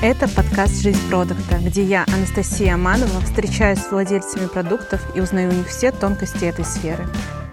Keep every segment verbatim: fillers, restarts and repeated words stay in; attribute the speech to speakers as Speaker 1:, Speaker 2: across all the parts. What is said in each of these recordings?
Speaker 1: Это подкаст «Жизнь продукта», где я, Анастасия Аманова, встречаюсь с владельцами продуктов и узнаю у них все тонкости этой сферы.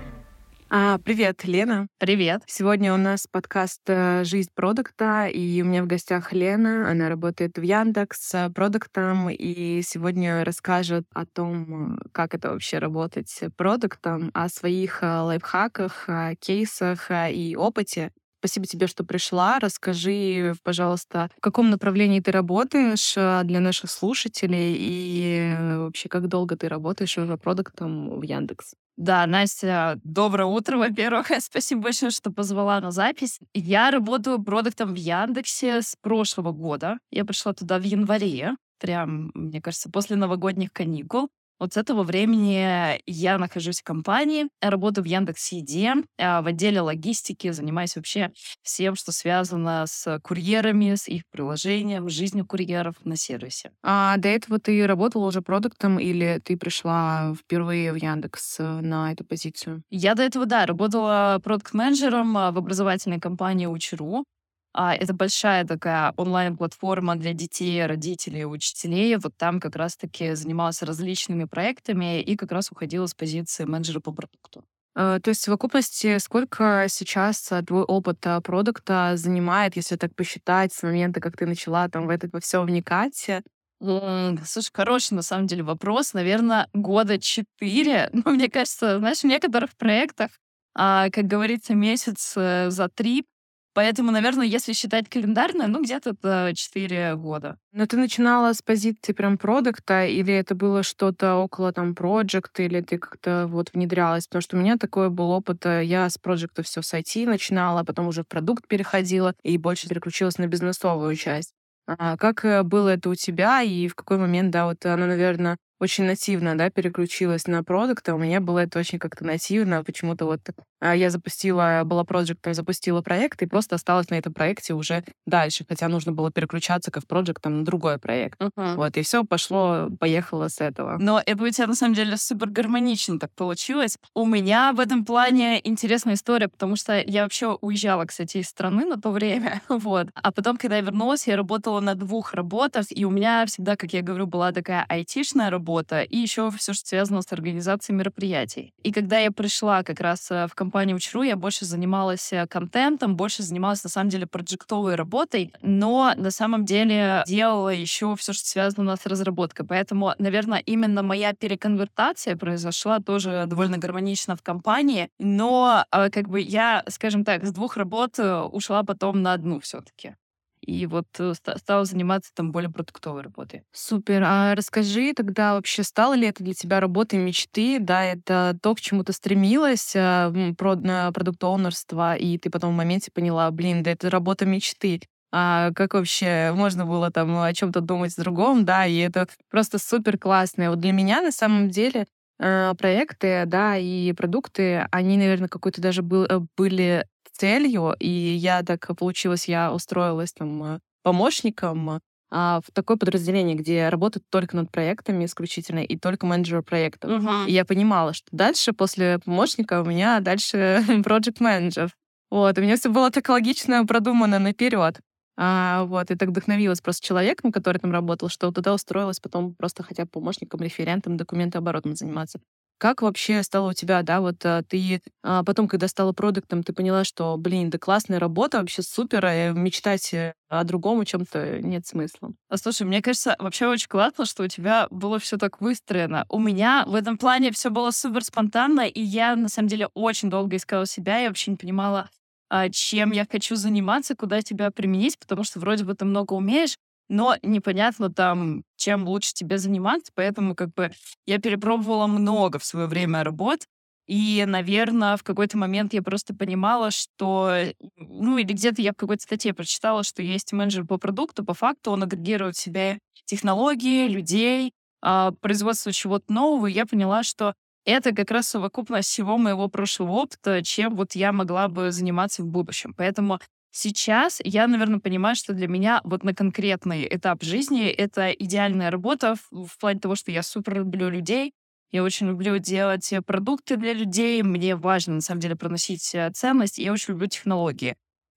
Speaker 1: А, привет, Лена.
Speaker 2: Привет.
Speaker 1: Сегодня у нас подкаст э, «Жизнь продукта», и у меня в гостях Лена. Она работает в Яндекс э, продуктом, и сегодня расскажет о том, э, как это вообще работать с продуктом, о своих э, лайфхаках, э, кейсах э, и опыте. Спасибо тебе, что пришла. Расскажи, пожалуйста, в каком направлении ты работаешь э, для наших слушателей и э, вообще, как долго ты работаешь уже продуктом в Яндекс?
Speaker 2: Да, Настя, доброе утро, во-первых. Спасибо большое, что позвала на запись. Я работаю продуктом в Яндексе с прошлого года. Я пришла туда в январе, прям, мне кажется, после новогодних каникул. Вот с этого времени я нахожусь в компании, работаю в Яндекс.Еде, а, в отделе логистики, занимаюсь вообще всем, что связано с курьерами, с их приложением, с жизнью курьеров на сервисе.
Speaker 1: А до этого ты работала уже продуктом или ты пришла впервые в Яндекс э, на эту позицию?
Speaker 2: Я до этого, да, работала продакт-менеджером а, в образовательной компании Учру. А, Это большая такая онлайн-платформа для детей, родителей, учителей. Вот там как раз-таки занималась различными проектами и как раз уходила с позиции менеджера по продукту.
Speaker 1: Э, То есть в совокупности сколько сейчас э, твой опыт э, продукта занимает, если так посчитать, с момента, как ты начала там в это во все вникать? э,
Speaker 2: М, Слушай, хороший на самом деле вопрос. Наверное, года четыре. Ну, мне кажется, знаешь, в некоторых проектах, а, как говорится, месяц э, за три. Поэтому, наверное, если считать календарно, ну, где-то это четыре года.
Speaker 1: Но ты начинала с позиции прям продукта, или это было что-то около там проекта, или ты как-то вот внедрялась? Потому что у меня такой был опыт, э, я с проекта все с ай ти начинала, потом уже в продукт переходила и больше переключилась на бизнесовую часть. А как э, было это у тебя, и в какой момент, да, вот оно, наверное, очень нативно, да, переключилось на продукт, а у меня было это очень как-то нативно, почему-то вот а, я запустила, была проектом, запустила проект и просто осталась на этом проекте уже дальше, хотя нужно было переключаться как проектом на другой проект.
Speaker 2: Мгм.
Speaker 1: Вот, и все пошло, поехало с этого.
Speaker 2: Но это у тебя на самом деле супер гармонично так получилось. У меня в этом плане интересная история, потому что я вообще уезжала, кстати, из страны на то время. Вот. А потом, когда я вернулась, я работала на двух работах, и у меня всегда, как я говорю, была такая айтишная работа, и еще все, что связано с организацией мероприятий. И когда я пришла как раз э, в компанию Учру, я больше занималась э, контентом, больше занималась, на самом деле, проджектовой работой, но на самом деле делала еще все, что связано с разработкой. Поэтому, наверное, именно моя переконвертация произошла тоже довольно гармонично в компании, но э, как бы я, скажем так, с двух работ э, ушла потом на одну все-таки. И вот э, ста- стала заниматься там более продуктовой работой.
Speaker 1: Супер. А расскажи тогда вообще, стало ли это для тебя работой мечты? Да, это то, к чему ты стремилась, а, м, про- на продукт-оунерство, и ты потом в моменте поняла, блин, да это работа мечты. А как вообще можно было там о чем-то думать другом, да, и это просто супер классно. Вот для меня на самом деле э, проекты, да, и продукты, они, наверное, какой-то даже был, э, были целью, и я так получилось, я устроилась там э, помощником а, в такое подразделение, где работают только над проектами исключительно и только менеджеры проектов.
Speaker 2: Мгм.
Speaker 1: И я понимала, что дальше, после помощника, у меня дальше project менеджер. Вот, у меня все было так логично продумано наперед. А, вот, и так вдохновилась просто человеком, который там работал, что туда устроилась потом просто хотя бы помощником, референтом, документооборотом заниматься. Как вообще стало у тебя, да, вот а, ты а, потом, когда стала продуктом, ты поняла, что, блин, да классная работа, вообще супер, э, мечтать э, о другом о чем-то нет смысла.
Speaker 2: А слушай, мне кажется, вообще очень классно, что у тебя было все так выстроено. У меня в этом плане все было супер спонтанно, и я на самом деле очень долго искала себя, я вообще не понимала, а, чем я хочу заниматься, куда тебя применить, потому что вроде бы ты много умеешь, но непонятно там, чем лучше тебе заниматься, поэтому как бы я перепробовала много в свое время работ, и, наверное, в какой-то момент я просто понимала, что, э, ну, или где-то я в какой-то статье прочитала, что есть менеджер по продукту, по факту он агрегирует в себе технологии, людей, а, производство чего-то нового, и я поняла, что это как раз совокупность всего моего прошлого опыта, чем вот я могла бы заниматься в будущем. Поэтому сейчас я, наверное, понимаю, что для меня вот на конкретный этап жизни это идеальная работа в, в плане того, что я супер люблю людей, я очень люблю делать э, продукты для людей, мне важно, на самом деле, проносить э, ценность, и я очень люблю технологии.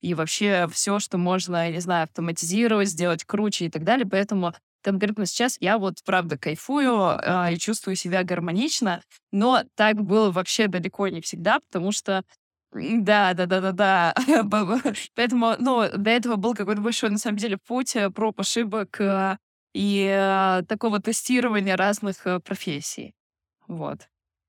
Speaker 2: и вообще все, что можно, я не знаю, автоматизировать, сделать круче и так далее. Поэтому конкретно сейчас я вот правда кайфую а, и чувствую себя гармонично, но так было вообще далеко не всегда, потому что М, да, да-да-да-да. Б б Поэтому, ну, до этого был какой-то большой, на самом деле, путь, э, проб, ошибок, э, и, э, такого тестирования разных, э, профессий. Вот.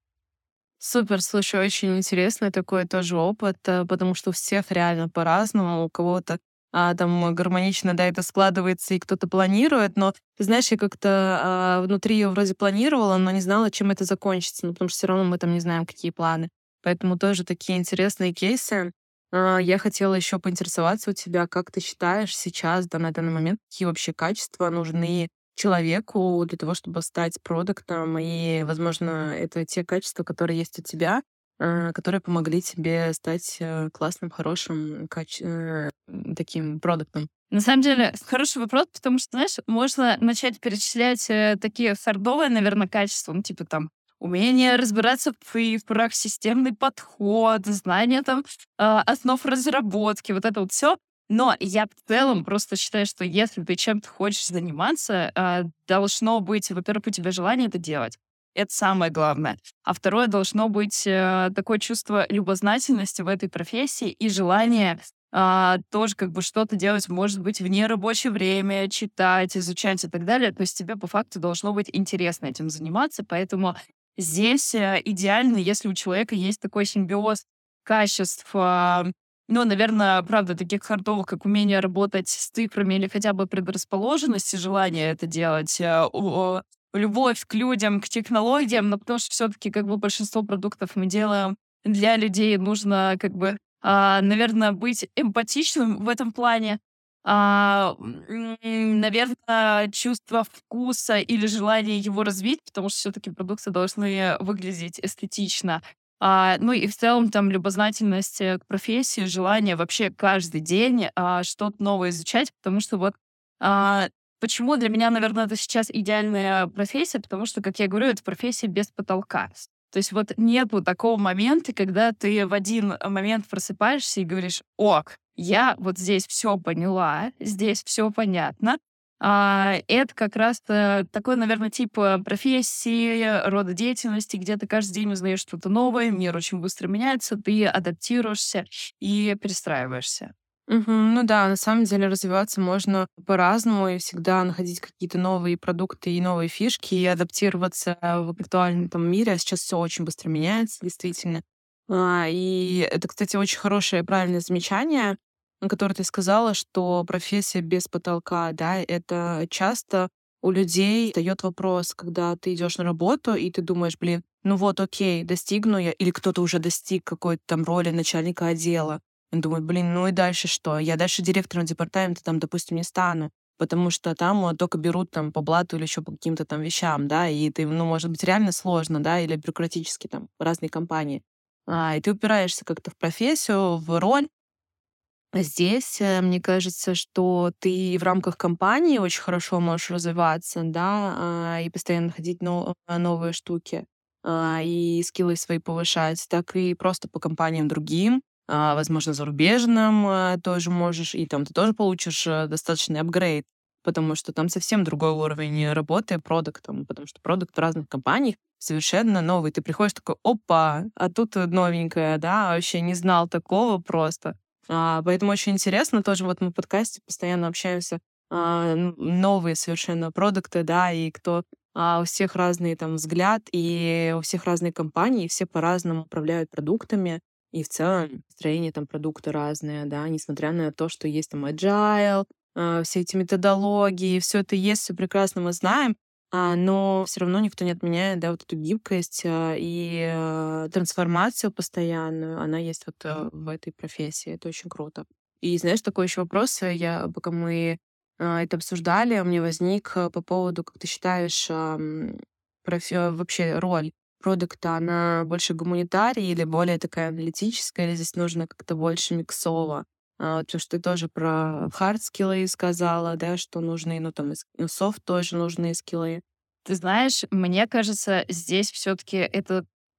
Speaker 1: Супер, слушай, очень интересный такой тоже опыт, э, потому что у всех реально по-разному. У кого-то а, там гармонично, да, это складывается, и кто-то планирует, но, ты знаешь, я как-то а, внутри я вроде планировала, но не знала, чем это закончится, ну, потому что все равно мы там не знаем, какие планы. Поэтому тоже такие интересные кейсы. А, Я хотела еще поинтересоваться у тебя, как ты считаешь сейчас, да, на данный момент, какие вообще качества нужны человеку для того, чтобы стать продуктом. И, возможно, это те качества, которые есть у тебя, э, которые помогли тебе стать э, классным, хорошим, каче- э, м, таким продуктом.
Speaker 2: На самом деле, хороший вопрос, потому что, знаешь, можно начать перечислять, э, такие хардовые, наверное, качества, ну, типа там умение разбираться в цифрах, системный подход, знание там, а, основ разработки, вот это вот все. Но я в целом просто считаю, что если ты чем-то хочешь заниматься, а, должно быть, во-первых, у тебя желание это делать. Это самое главное. А второе, должно быть, э, такое чувство любознательности в этой профессии и желание а, тоже как бы что-то делать, может быть, в нерабочее время, читать, изучать и так далее. То есть тебе по факту должно быть интересно этим заниматься, поэтому здесь э, идеально, если у человека есть такой симбиоз качеств, а, ну, наверное, правда, таких хардовых, как умение работать с цифрами или хотя бы предрасположенность и желание это делать, э, у- о, любовь к людям, к технологиям, но потому что все-таки как бы большинство продуктов мы делаем для людей, нужно как бы наверное, быть эмпатичным в этом плане. А, наверное, чувство вкуса или желание его развить, потому что все-таки продукты должны выглядеть эстетично. А, ну и в целом там любознательность э, к профессии, желание вообще каждый день а, что-то новое изучать, потому что вот а, почему для меня, наверное, это сейчас идеальная профессия, потому что, как я говорю, это профессия без потолка. То есть вот нету такого момента, когда ты в один момент просыпаешься и говоришь: "Ок, я вот здесь все поняла, здесь все понятно". А, это как раз, э, такой, наверное, тип, э, профессии, рода деятельности, где ты каждый день узнаешь что-то новое, мир очень быстро меняется, ты адаптируешься и перестраиваешься.
Speaker 1: Мгм. Ну да, на самом деле развиваться можно по-разному и всегда находить какие-то новые продукты и новые фишки и адаптироваться в виртуальном там мире. А сейчас все очень быстро меняется, действительно. А, И это, кстати, очень хорошее и правильное замечание, м, которое ты сказала, что профессия без потолка, да, это часто у людей встает вопрос, когда ты идешь на работу, и ты думаешь, блин, ну вот, окей, достигну я, или кто-то уже достиг какой-то там роли начальника отдела, он думает: "Блин, ну и дальше что? Я дальше директором департамента там, допустим, не стану, потому что там, э, тока берут там по блату или еще по каким-то там вещам", да, и ты, ну, может быть, реально сложно, да, или бюрократически там разные компании. А, и ты упираешься как-то в профессию, в роль. А здесь, э, мне кажется, что ты в рамках компании очень хорошо можешь развиваться, да, а, и постоянно находить но а, новые штуки, а, и скиллы свои повышать, так и просто по компаниям другим, а, возможно, зарубежным, а, тоже можешь, и там ты тоже получишь, э, достаточный апгрейд, потому что там совсем другой уровень работы продуктом, потому что продукт в разных компаниях совершенно новый. Ты приходишь такой: "Опа, а тут э, новенькое, да, вообще не знал такого просто". А, поэтому очень интересно. Тоже вот мы в подкасте постоянно общаемся, а, н новые совершенно продукты, да, и кто а, у всех разный там взгляд, и у всех разные компании, и все по-разному управляют продуктами, и в целом строение там продукта разное, да, несмотря на то, что есть там agile, а, все эти методологии, все это есть, все прекрасно мы знаем, а, но все равно никто не отменяет, да, вот эту гибкость, а, и, э, трансформацию постоянную. Она есть вот, э, в этой профессии. Это очень круто. И знаешь, такой еще вопрос, э, я пока мы, а, это обсуждали, у меня возник, э, по поводу, как ты считаешь, ам, профи э, вообще роль продукта, она больше гуманитарий или более такая аналитическая, или здесь нужно как-то больше миксово? А, вот то, что ты тоже про хард-скиллы сказала, да, что нужны, ну, там, и с и софт тоже нужны скиллы.
Speaker 2: Ты знаешь, мне кажется, здесь все таки это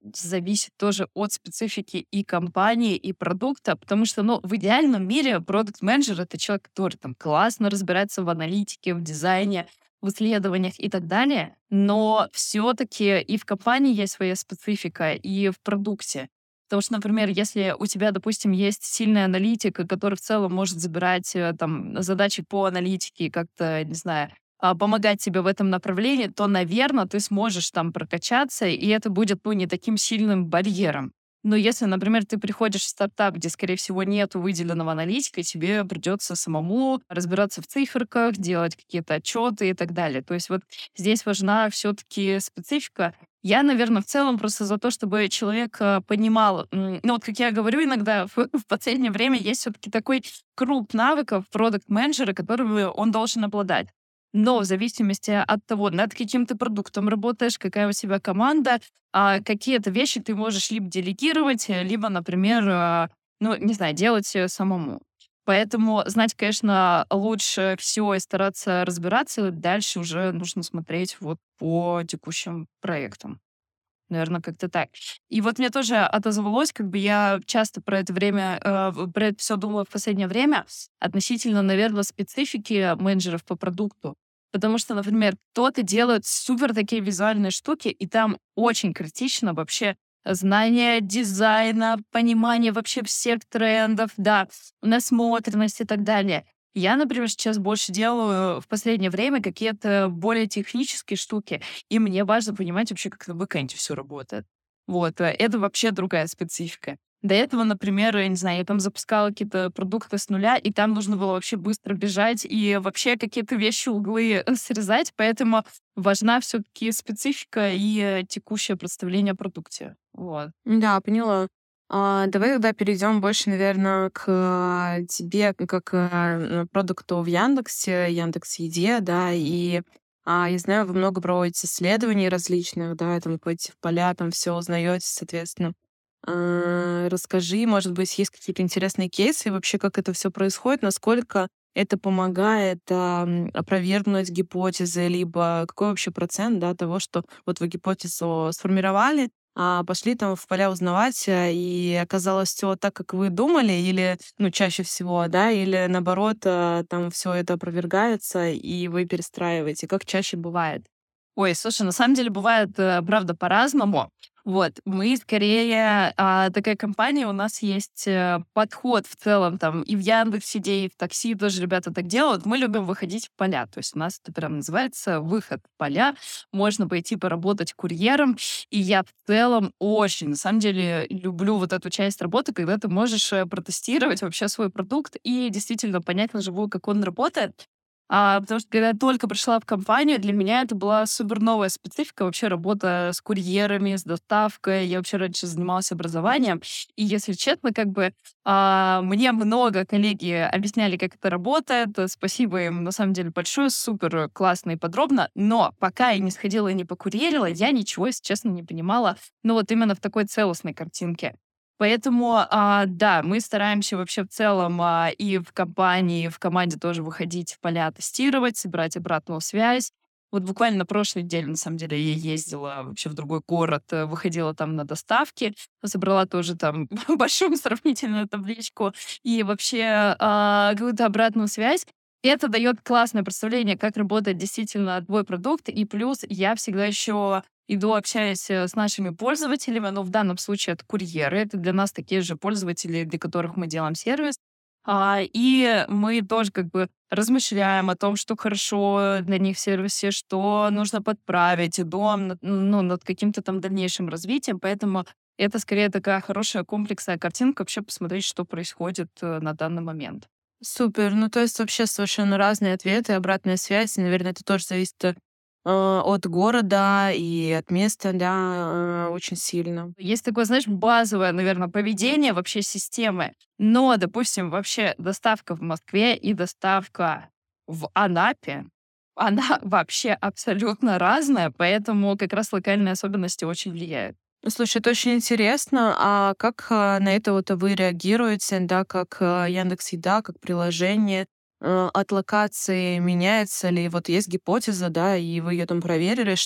Speaker 2: зависит тоже от специфики и компании, и продукта, потому что, ну, в идеальном мире продукт-менеджер — это человек, который там классно разбирается в аналитике, в дизайне, в исследованиях и так далее, но все-таки и в компании есть своя специфика, и в продукте. Потому что, например, если у тебя, допустим, есть сильный аналитик, который в целом может забирать э, там задачи по аналитике, и как-то, не знаю, а, помогать тебе в этом направлении, то, наверное, ты сможешь там прокачаться, и это будет, ну, не таким сильным барьером. Но если, например, ты приходишь в стартап, где, скорее всего, нет выделенного аналитика, тебе придется самому разбираться в циферках, делать какие-то отчеты и так далее. То есть вот здесь важна все-таки специфика. Я, наверное, в целом просто за то, чтобы человек э, понимал, м, ну вот как я говорю иногда, в, в последнее время есть все-таки такой круг навыков продукт-менеджера, которыми он должен обладать. Но в зависимости от того, над каким ты продуктом работаешь, какая у тебя команда, а, какие-то вещи ты можешь либо делегировать, э, либо, например, а, ну, не знаю, делать э, самому. Поэтому знать, конечно, лучше все и стараться разбираться. Дальше уже нужно смотреть вот по текущим проектам. Наверное, как-то так. И вот мне тоже отозвалось, как бы я часто про это время, э, в- про это все думаю в последнее время, относительно, наверное, специфики менеджеров по продукту. Потому что, например, кто-то делает супер такие визуальные штуки, и там очень критично вообще знание дизайна, понимание вообще всех трендов, да, насмотренность и так далее. Я, например, сейчас больше делаю в последнее время какие-то более технические штуки, и мне важно понимать вообще, как на бэкэнде все работает. Вот, э, это вообще другая специфика. До этого, например, я не знаю, я там запускала какие-то продукты с нуля, и там нужно было вообще быстро бежать и вообще какие-то вещи, углы э, срезать, поэтому важна все-таки специфика и э, текущее представление о продукте. Вот.
Speaker 1: Да, поняла. А, давай тогда перейдем больше, наверное, к а, тебе как а, продукту в Яндексе, Яндекс.Еде, да, и а, я знаю, вы много проводите исследований различных, да, там ходите в поля, там все узнаете, соответственно. А, расскажи, может быть, есть какие-то интересные кейсы, и вообще, как это все происходит, насколько это помогает ам, опровергнуть гипотезы, либо какой вообще процент, да, того, что вот вы гипотезу сформировали, а, пошли там в поля узнавать, а, и оказалось все так, как вы думали, или, ну, чаще всего, да, или наоборот, а, там все это опровергается, и вы перестраиваете. Как чаще бывает?
Speaker 2: Ой, слушай, на самом деле бывает, э, правда, по-разному. Вот, мы скорее а, такая компания, у нас есть э, подход в целом там и в Яндексе.Иде, и в такси тоже ребята так делают. Мы любим выходить в поля, то есть у нас это прям называется выход в поля. Можно пойти поработать курьером, и я в целом очень, на самом деле, люблю вот эту часть работы, когда ты можешь э, протестировать вообще свой продукт и действительно понять на живую, как он работает. А, потому что когда я только пришла в компанию, для меня это была супер новая специфика, вообще работа с курьерами, с доставкой. Я вообще раньше занималась образованием. И, если честно, как бы а, мне много коллеги объясняли, как это работает. Э, Спасибо им, на самом деле, большое, супер классно и подробно. Но пока я не сходила и не покурьерила, я ничего, если честно, не понимала. Ну вот именно в такой целостной картинке. Поэтому, а, да, мы стараемся вообще в целом а, и в компании, и в команде тоже выходить в поля тестировать, собирать обратную связь. Вот буквально на прошлой неделе, на самом деле, я ездила вообще в другой город, э, выходила там на доставки, собрала тоже там большую сравнительную табличку и вообще а, какую-то обратную связь. И это дает классное представление, как работает действительно твой продукт. И плюс я всегда еще иду, общаюсь э, с нашими пользователями, но в данном случае это курьеры, это для нас такие же пользователи, для которых мы делаем сервис. А, и мы тоже как бы размышляем о том, что хорошо для них в сервисе, что нужно подправить, и дом, над- ну, над каким-то там дальнейшим развитием. Поэтому это скорее такая хорошая комплексная картинка, вообще посмотреть, что происходит э, на данный момент.
Speaker 1: Супер. Ну, то есть вообще совершенно разные ответы, обратная связь. И, наверное, это тоже зависит э, от города и от места, да, э, очень сильно.
Speaker 2: Есть такое, знаешь, базовое, наверное, поведение вообще системы. Но, допустим, вообще доставка в Москве и доставка в Анапе, она вообще абсолютно разная, поэтому как раз локальные особенности очень влияют.
Speaker 1: Ну, слушай, это очень интересно. А как а, на это вот вы реагируете, да, как а, Яндекс.Еда, как приложение? Э, От локации меняется ли? Вот есть гипотеза, да, и вы ее там проверили, что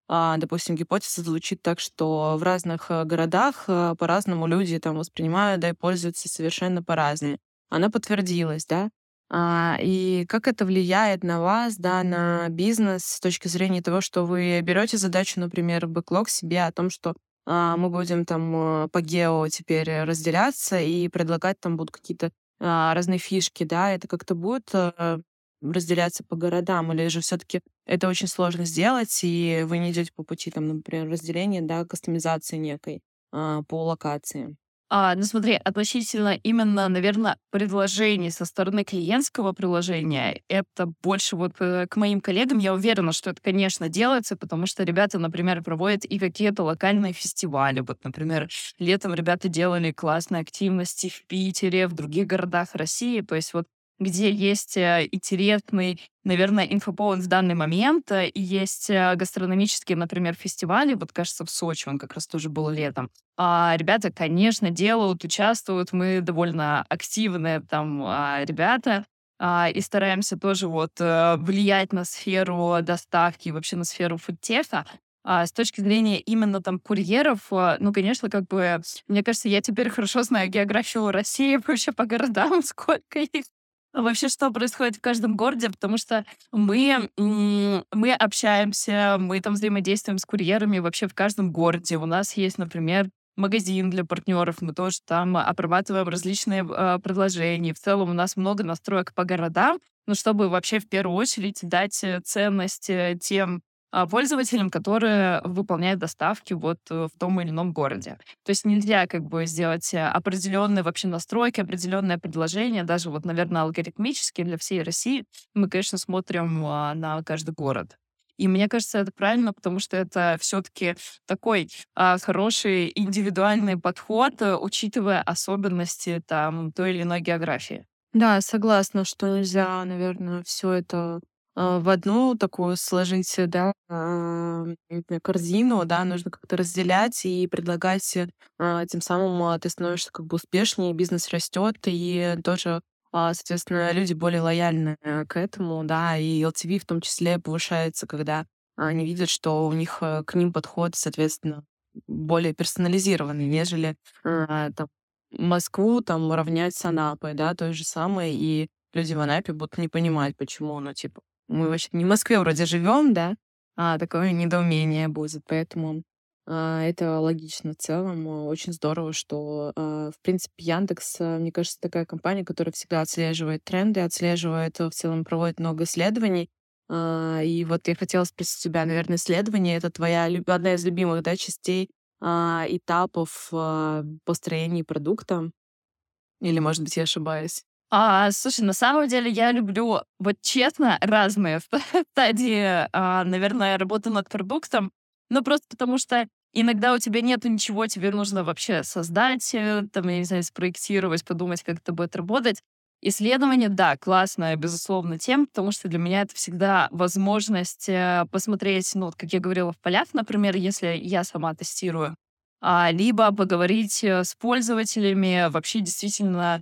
Speaker 1: а, допустим, гипотеза звучит так, что в разных э, городах э, по-разному люди там воспринимают, да, и пользуются совершенно по-разному. Она подтвердилась, да? А, и как это влияет на вас, да, на бизнес с точки зрения того, что вы берете задачу, например, в бэклог себе о том, что а, мы будем там э, по гео теперь э, разделяться и предлагать там будут какие-то а, разные фишки, да, это как-то будет э, разделяться по городам, или же все-таки это очень сложно сделать, и вы не идете по пути, там, например, разделения, да, кастомизации некой а, по локации.
Speaker 2: А, ну смотри, относительно именно, наверное, предложений со стороны клиентского приложения, это больше вот э, к моим коллегам. Я уверена, что это, конечно, делается, потому что ребята, например, проводят и какие-то локальные фестивали. Вот, например, летом ребята делали классные активности в Питере, в других городах России. То есть вот где есть э, интересный, наверное, инфоповод в данный момент, э, и есть э, гастрономические, например, фестивали. Вот, кажется, в Сочи он как раз тоже был летом. А, ребята, конечно, делают, участвуют. Мы довольно активные там а, ребята. А, и стараемся тоже вот э, влиять на сферу доставки и вообще на сферу фудтеха. А, с точки зрения именно там курьеров, а, ну, конечно, как бы, мне кажется, я теперь хорошо знаю географию России вообще по городам, сколько их. Вообще, что происходит в каждом городе, потому что мы, м, мы общаемся, мы там взаимодействуем с курьерами вообще в каждом городе. У нас есть, например, магазин для партнеров, мы тоже там обрабатываем различные э, предложения. В целом у нас много настроек по городам, ну, чтобы вообще в первую очередь дать э, ценность э, тем а, пользователям, которые выполняют доставки вот э, в том или ином городе. То есть нельзя как бы сделать э, определенные вообще настройки, определенное предложение, даже вот, наверное, алгоритмически для всей России. Мы, конечно, смотрим а, на каждый город. И мне кажется, это правильно, потому что это все-таки такой а, хороший индивидуальный подход, э, учитывая особенности там той или иной географии.
Speaker 1: Да, согласна, что нельзя, наверное, все это а, в одну такую сложить, э, да, а, не знаю, корзину, да, нужно как-то разделять и предлагать, э, а, тем самым а, ты становишься как бы успешнее, бизнес растет, и тоже, а, соответственно, люди более лояльны э, к этому, да, и эл ти ви в том числе повышается, когда они видят, что у них э, к ним подход, соответственно, более персонализированный, нежели а, там Москву там равнять с Анапой, да, той же самой, и люди в Анапе будут не понимать, почему, ну, типа, мы вообще не в Москве вроде живем, да, а такое недоумение будет, поэтому а, это логично в целом. а, Очень здорово, что, а, в принципе, Яндекс, а, мне кажется, такая компания, которая всегда отслеживает тренды, отслеживает, э, в целом проводит много исследований. А, И вот я хотела спросить тебя, наверное, исследование — это твоя люб- одна из любимых, да, частей а, этапов, а, построения продукта? Или, может быть, я ошибаюсь?
Speaker 2: А, слушай, на самом деле я люблю, вот честно, разные стадии, а, наверное, работы над продуктом. Ну, просто потому что иногда у тебя нету ничего, тебе нужно вообще создать, э, там, я не знаю, спроектировать, подумать, как это будет работать. Исследование, да, классная, безусловно, тема, потому что для меня это всегда возможность э, посмотреть, ну, вот как я говорила, в полях, например, если я сама тестирую, а, либо поговорить э, с пользователями, вообще действительно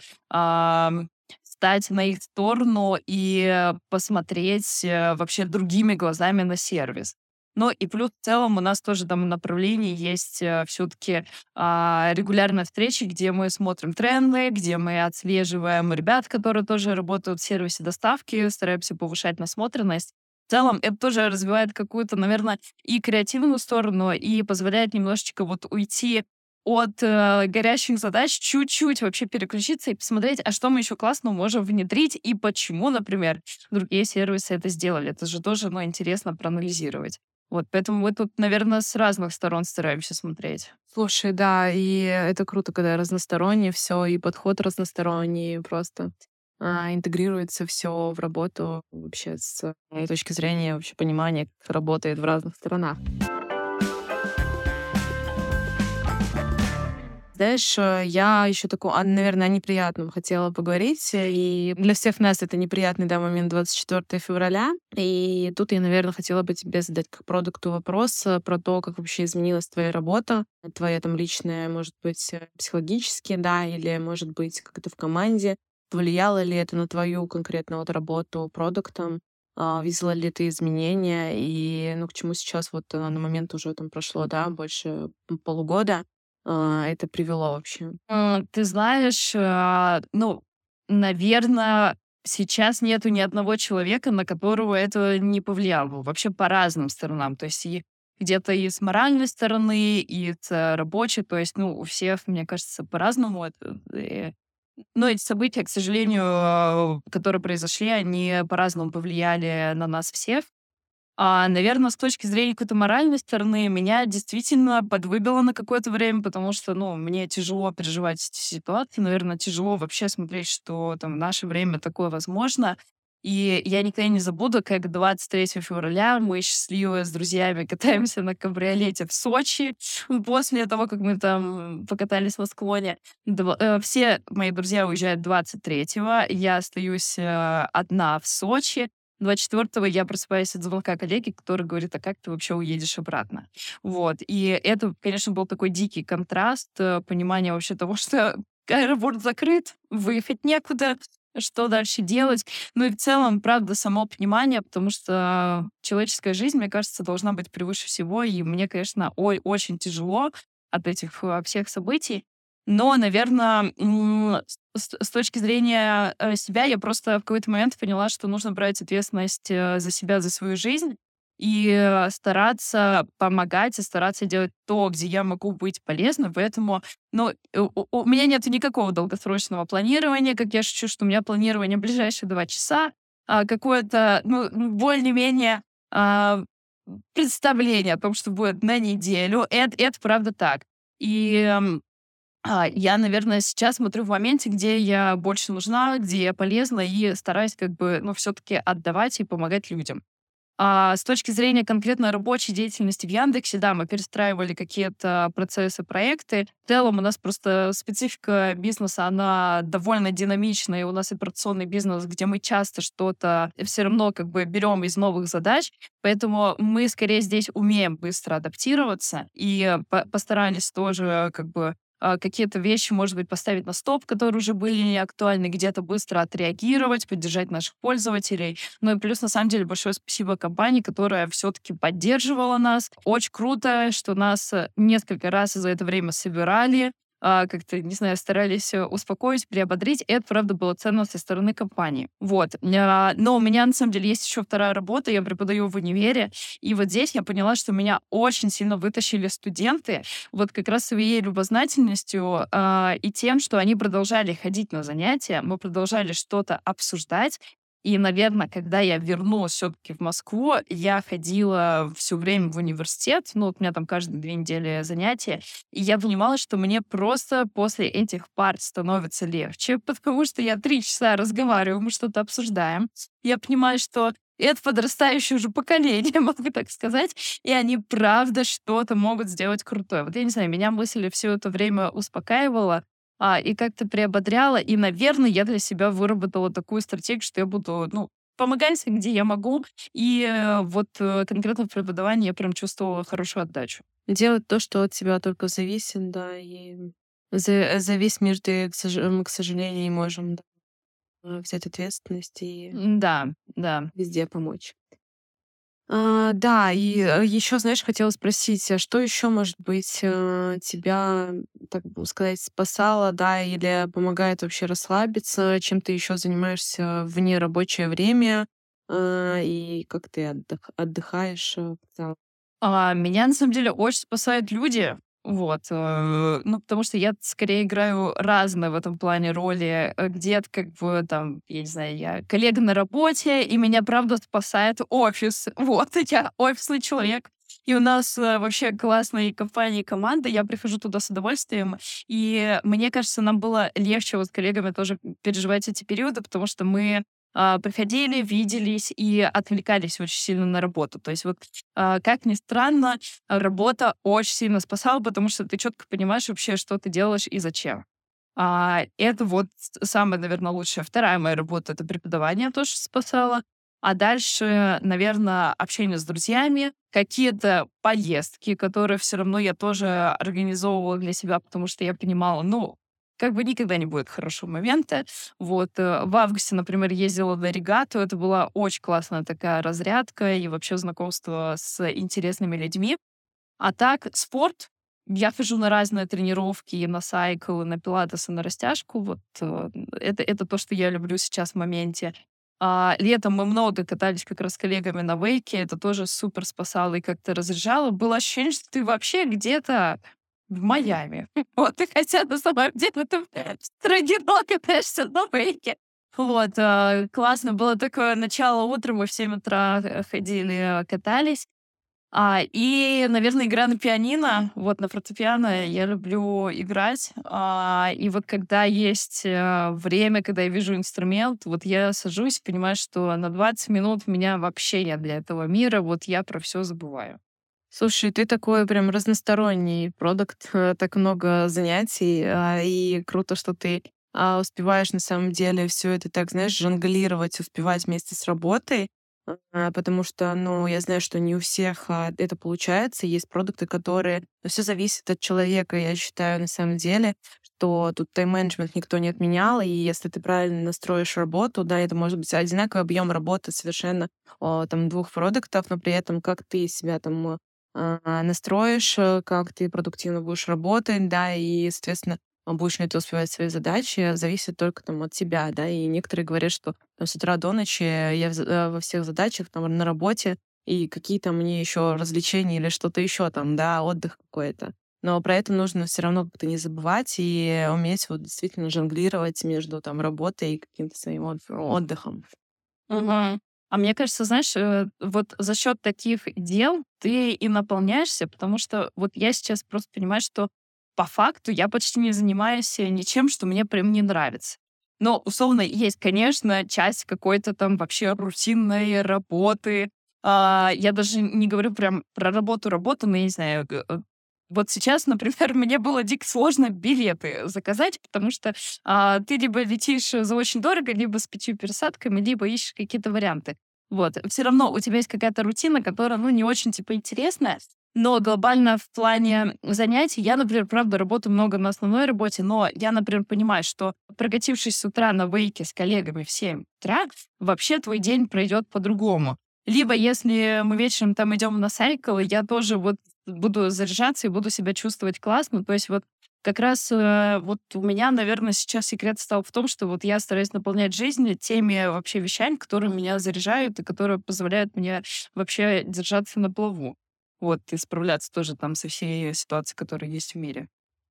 Speaker 2: стать на их сторону и посмотреть э, вообще другими глазами на сервис. Ну и плюс в целом у нас тоже там направление есть все-таки регулярные встречи, где мы смотрим тренды, где мы отслеживаем ребят, которые тоже работают в сервисе доставки, стараемся повышать насмотренность. В целом это тоже развивает какую-то, наверное, и креативную сторону, и позволяет немножечко вот уйти от э, горящих задач, чуть-чуть вообще переключиться и посмотреть, а что мы еще классно можем внедрить и почему, например, другие сервисы это сделали. Это же тоже, ну, интересно проанализировать. Вот, поэтому мы тут, наверное, с разных сторон стараемся смотреть.
Speaker 1: Слушай, да, и это круто, когда разносторонне все, и подход разносторонний, просто а, интегрируется все в работу вообще с моей точки зрения, вообще понимания, как это работает в разных сторонах. Знаешь, э, я еще такое, а, наверное, о неприятном хотела поговорить. э, И для всех нас это неприятный, да, момент двадцать четвёртого февраля. И тут я, наверное, хотела бы тебе задать как продукту вопрос э, про то, как вообще изменилась твоя работа, твоя там личная, может быть, э, психологически, да, или, может быть, как это в команде. Повлияло ли это на твою конкретно вот работу продуктом? А, видела ли ты изменения и, ну, к чему сейчас вот, э, на момент уже там прошло, да, больше, м, полугода, а, это привело вообще?
Speaker 2: М, ты знаешь, а, ну, наверно, сейчас нету ни одного человека, на которого это не повлияло. Вообще по разным сторонам. То есть и где-то и с моральной стороны, и с э, рабочей. То есть, ну, у всех, мне кажется, по-разному это, э. Но эти события, к сожалению, а, которые произошли, они по-разному повлияли на нас всех. А, наверно, с точки зрения какой-то моральной стороны, меня действительно подвыбило на какое-то время, потому что, ну, мне тяжело переживать эти ситуации. Наверно, тяжело вообще смотреть, что там в наше время такое возможно. И я никогда не забуду, как двадцать третьего февраля мы счастливые с друзьями катаемся на кабриолете в Сочи. После того, как мы там покатались на склоне. Дв э, все мои друзья уезжают двадцать третьего, я остаюсь, э, одна в Сочи. двадцать четвертого я просыпаюсь от звонка коллеги, который говорит: "А как ты вообще уедешь обратно?" Вот. И это, конечно, был такой дикий контраст, э, понимание вообще того, что аэропорт закрыт, выехать некуда, что дальше делать. Ну и в целом, правда, само понимание, потому что человеческая жизнь, мне кажется, должна быть превыше всего. И мне, конечно, ой очень тяжело от этих, э, всех событий. Но, наверно, м, с с точки зрения, э, себя, я просто в какой-то момент поняла, что нужно брать ответственность, э, за себя, за свою жизнь и, э, стараться помогать, и стараться делать то, где я могу быть полезна. Поэтому, ну, у у у меня нету никакого долгосрочного планирования. Как я шучу, что у меня планирование ближайшие два часа, а какое-то, ну, н более-менее, а, представление о том, что будет на неделю. Эт это правда так. И, м, а, я, наверное, сейчас смотрю в моменте, где я больше нужна, где я полезна, и стараюсь как бы, ну, всё-таки отдавать и помогать людям. А с точки зрения конкретно рабочей деятельности в "Яндексе", да, мы перестраивали какие-то процессы, проекты. В целом у нас просто специфика бизнеса, она довольно динамичная. И у нас операционный бизнес, где мы часто что-то всё равно как бы берем из новых задач. Поэтому мы скорее здесь умеем быстро адаптироваться и по постарались тоже как бы, а, какие-то вещи, может быть, поставить на стоп, которые уже были неактуальны, где-то быстро отреагировать, поддержать наших пользователей. Ну и плюс, на самом деле, большое спасибо компании, которая всё-таки поддерживала нас. Очень круто, что нас, э, несколько раз за это время собирали, а, как-то, не знаю, старались, э, успокоить, приободрить. Это, правда, было ценно со стороны компании. Вот. Ня но у меня, на самом деле, есть еще вторая работа. Я преподаю в универе. И вот здесь я поняла, что меня очень сильно вытащили студенты. Вот как раз своей любознательностью, а, и тем, что они продолжали ходить на занятия. Мы продолжали что-то обсуждать. И, наверно, когда я вернулась всё-таки в Москву, я ходила всё время в университет. Ну, вот у меня там каждые две недели занятия. И я понимала, что мне просто после этих пар становится легче, потому что я три часа разговариваю, мы что-то обсуждаем. Я понимаю, что это подрастающее уже поколение, могу так сказать, и они правда что-то могут сделать крутое. Вот я не знаю, меня мысль всё это время успокаивала, а, и как-то приободряла. И, наверно, я для себя выработала такую стратегию, что я буду, ну, помогать, где я могу. И, э, вот, э, конкретно в преподавании я прям чувствовала хорошую отдачу.
Speaker 1: Делать то, что от тебя только зависит, да, и за за весь мир ты, к сож мы, к сожалению, не можем, да, э, взять ответственность и
Speaker 2: М-да, да.
Speaker 1: везде помочь. А, да, и, э, еще, знаешь, хотела спросить, а что еще, может быть, э, тебя, так бы сказать, спасало, да, или помогает вообще расслабиться? Чем ты еще занимаешься в нерабочее время? А, и как ты отдых отдыхаешь, э, в целом?
Speaker 2: А, меня, на самом деле, очень спасают люди. Вот, э, ну, потому что я скорее играю разные в этом плане роли. Э, где-то как бы там, я не знаю, я коллега на работе, и меня правда спасает офис. Вот, я офисный человек. И у нас, э, вообще классная компания и команда. Я прихожу туда с удовольствием. И мне кажется, нам было легче вот с коллегами тоже переживать эти периоды, потому что мы, а, приходили, виделись и отвлекались очень сильно на работу. То есть вот, а, как ни странно, работа очень сильно спасала, потому что ты четко понимаешь вообще, что ты делаешь и зачем. А, это вот с самое, наверно, лучшее. Вторая моя работа- это преподавание, тоже спасало. А дальше, наверно, общение с друзьями, какие-то поездки, которые всё равно я тоже организовывала для себя, потому что я понимала, ну, как бы никогда не будет хорошего момента. Вот. э, В августе, например, ездила на регату. Это была очень классная такая разрядка и вообще знакомство с интересными людьми. А так, спорт. Я хожу на разные тренировки, и на сайкл, и на пилатес, и на растяжку. Вот э, это, это то, что я люблю сейчас в моменте. А, летом мы много катались как раз с коллегами на вейке. Это тоже супер спасало и как-то разряжало. Было ощущение, что ты вообще где-то в Майами. Вот, и хотя на самом деле ты в стране катаешься на вейке. Вот, а, классно было такое начало утра. Мы в семь утра э, ходили, э, катались. А, и, наверное, игра на пианино. Вот на фортепиано я люблю играть. А, и вот когда есть э, время, когда я вижу инструмент, вот я сажусь и понимаю, что на двадцать минут у меня вообще нет для этого мира. Вот я про все забываю.
Speaker 1: Слушай, ты такой прям разносторонний продукт, э, так много занятий, а, и круто, что ты а, успеваешь на самом деле все это так, знаешь, жонглировать, успевать вместе с работой, а, потому что, ну, я знаю, что не у всех а, это получается. Есть продукты, которые... Все зависит от человека, я считаю, на самом деле, что тут тайм-менеджмент никто не отменял, и если ты правильно настроишь работу, да, это может быть одинаковый объем работы совершенно о, там двух продуктов, но при этом как ты себя там а, настроишь, э, как ты продуктивно будешь работать, да, и, соответственно, а, будешь ли ты успевать свои задачи, зависит только там от тебя, да, и некоторые говорят, что там, с утра до ночи я в за- э, во всех задачах там на работе, и какие там мне еще развлечения или что-то еще там, да, отдых какой-то. Но про это нужно все равно как-то не забывать и уметь вот действительно жонглировать между там работой и каким-то своим от- отдыхом.
Speaker 2: Мгм. А мне кажется, знаешь, э, вот за счет таких дел ты и наполняешься, потому что вот я сейчас просто понимаю, что по факту я почти не занимаюсь э, ничем, что мне прям не нравится. Но, условно, есть, конечно, часть какой-то там вообще рутинной работы. А, я даже не говорю прям про работу-работу, но, я не знаю, г- э, вот сейчас, например, мне было дико сложно билеты заказать, потому что а, ты либо летишь за очень дорого, либо с пятью пересадками, либо ищешь какие-то варианты. Вот. Все равно у тебя есть какая-то рутина, которая, ну, не очень, типа, интересная, но глобально в плане занятий я, например, правда, работаю много на основной работе, но я, например, понимаю, что прокатившись с утра на вейке с коллегами в семь утра, вообще твой день пройдет по-другому. Либо если мы вечером там идем на сайкл, я тоже вот буду заряжаться и буду себя чувствовать классно. То есть вот как раз э, вот у меня, наверное, сейчас секрет стал в том, что вот я стараюсь наполнять жизнь теми вообще вещами, которые меня заряжают и которые позволяют мне вообще держаться на плаву. Вот, и справляться тоже там со всей ситуацией, которая есть в мире.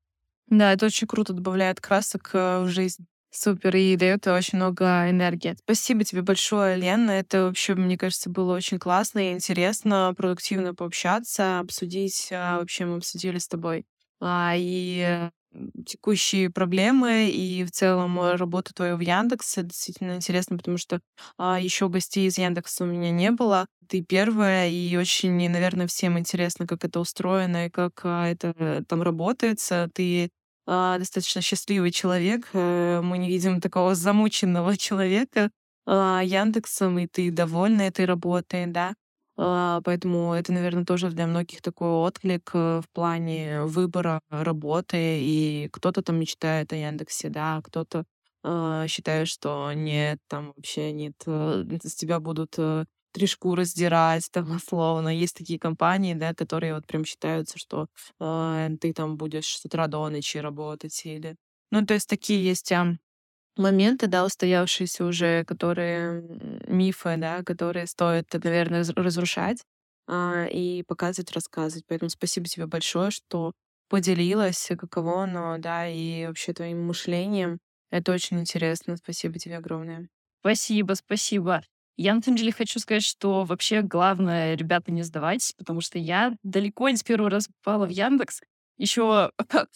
Speaker 1: Да, это очень круто, добавляет красок э, в жизнь. Супер, и дает очень много энергии. Спасибо тебе большое, Лена. Это вообще, мне кажется, было очень классно и интересно, продуктивно пообщаться, обсудить. а, Вообще мы обсудили с тобой а, и э, текущие проблемы, и в целом э, работу твою в Яндексе. Действительно интересно, потому что еще гостей из Яндекса у меня не было. Ты первая, и очень, и, наверное, всем интересно, как это устроено и как а, это э, там работает. Ты а, достаточно счастливый человек. Э, Мы не видим такого замученного человека а, Яндексом, и ты довольна этой работой, да. А, Поэтому это, наверное, тоже для многих такой отклик э, в плане выбора работы. И кто-то там мечтает о Яндексе, да, а кто-то а, считает, что нет, там вообще нет, э, с тебя будут э, три шкуры сдирать, там, условно. Есть такие компании, да, которые вот прям считаются, что а, ты там будешь с утра до ночи работать или... Ну, то есть такие есть ам, моменты, да, устоявшиеся уже, которые м, мифы, да, которые стоит, наверное, раз- разрушать а, и показывать, рассказывать. Поэтому спасибо тебе большое, что поделилась, каково оно, да, и вообще твоим мышлением. Это очень интересно. Спасибо тебе огромное.
Speaker 2: Спасибо, спасибо. Я на самом деле хочу сказать, что вообще главное, ребята, не сдавайтесь, потому что я далеко не с первого раза попала в Яндекс. Еще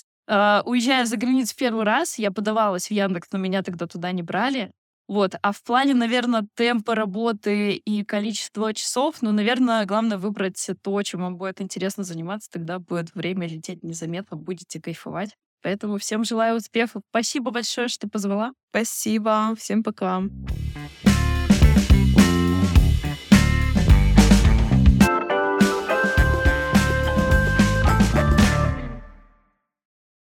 Speaker 2: а, уезжая за границу в первый раз, я подавалась в Яндекс, но меня тогда туда не брали. Вот. А в плане, наверное, темпа работы и количества часов, ну, наверное, главное выбрать то, чем вам будет интересно заниматься, тогда будет время лететь незаметно, будете кайфовать. Поэтому всем желаю успехов. Спасибо большое, что позвала.
Speaker 1: Спасибо. Всем пока.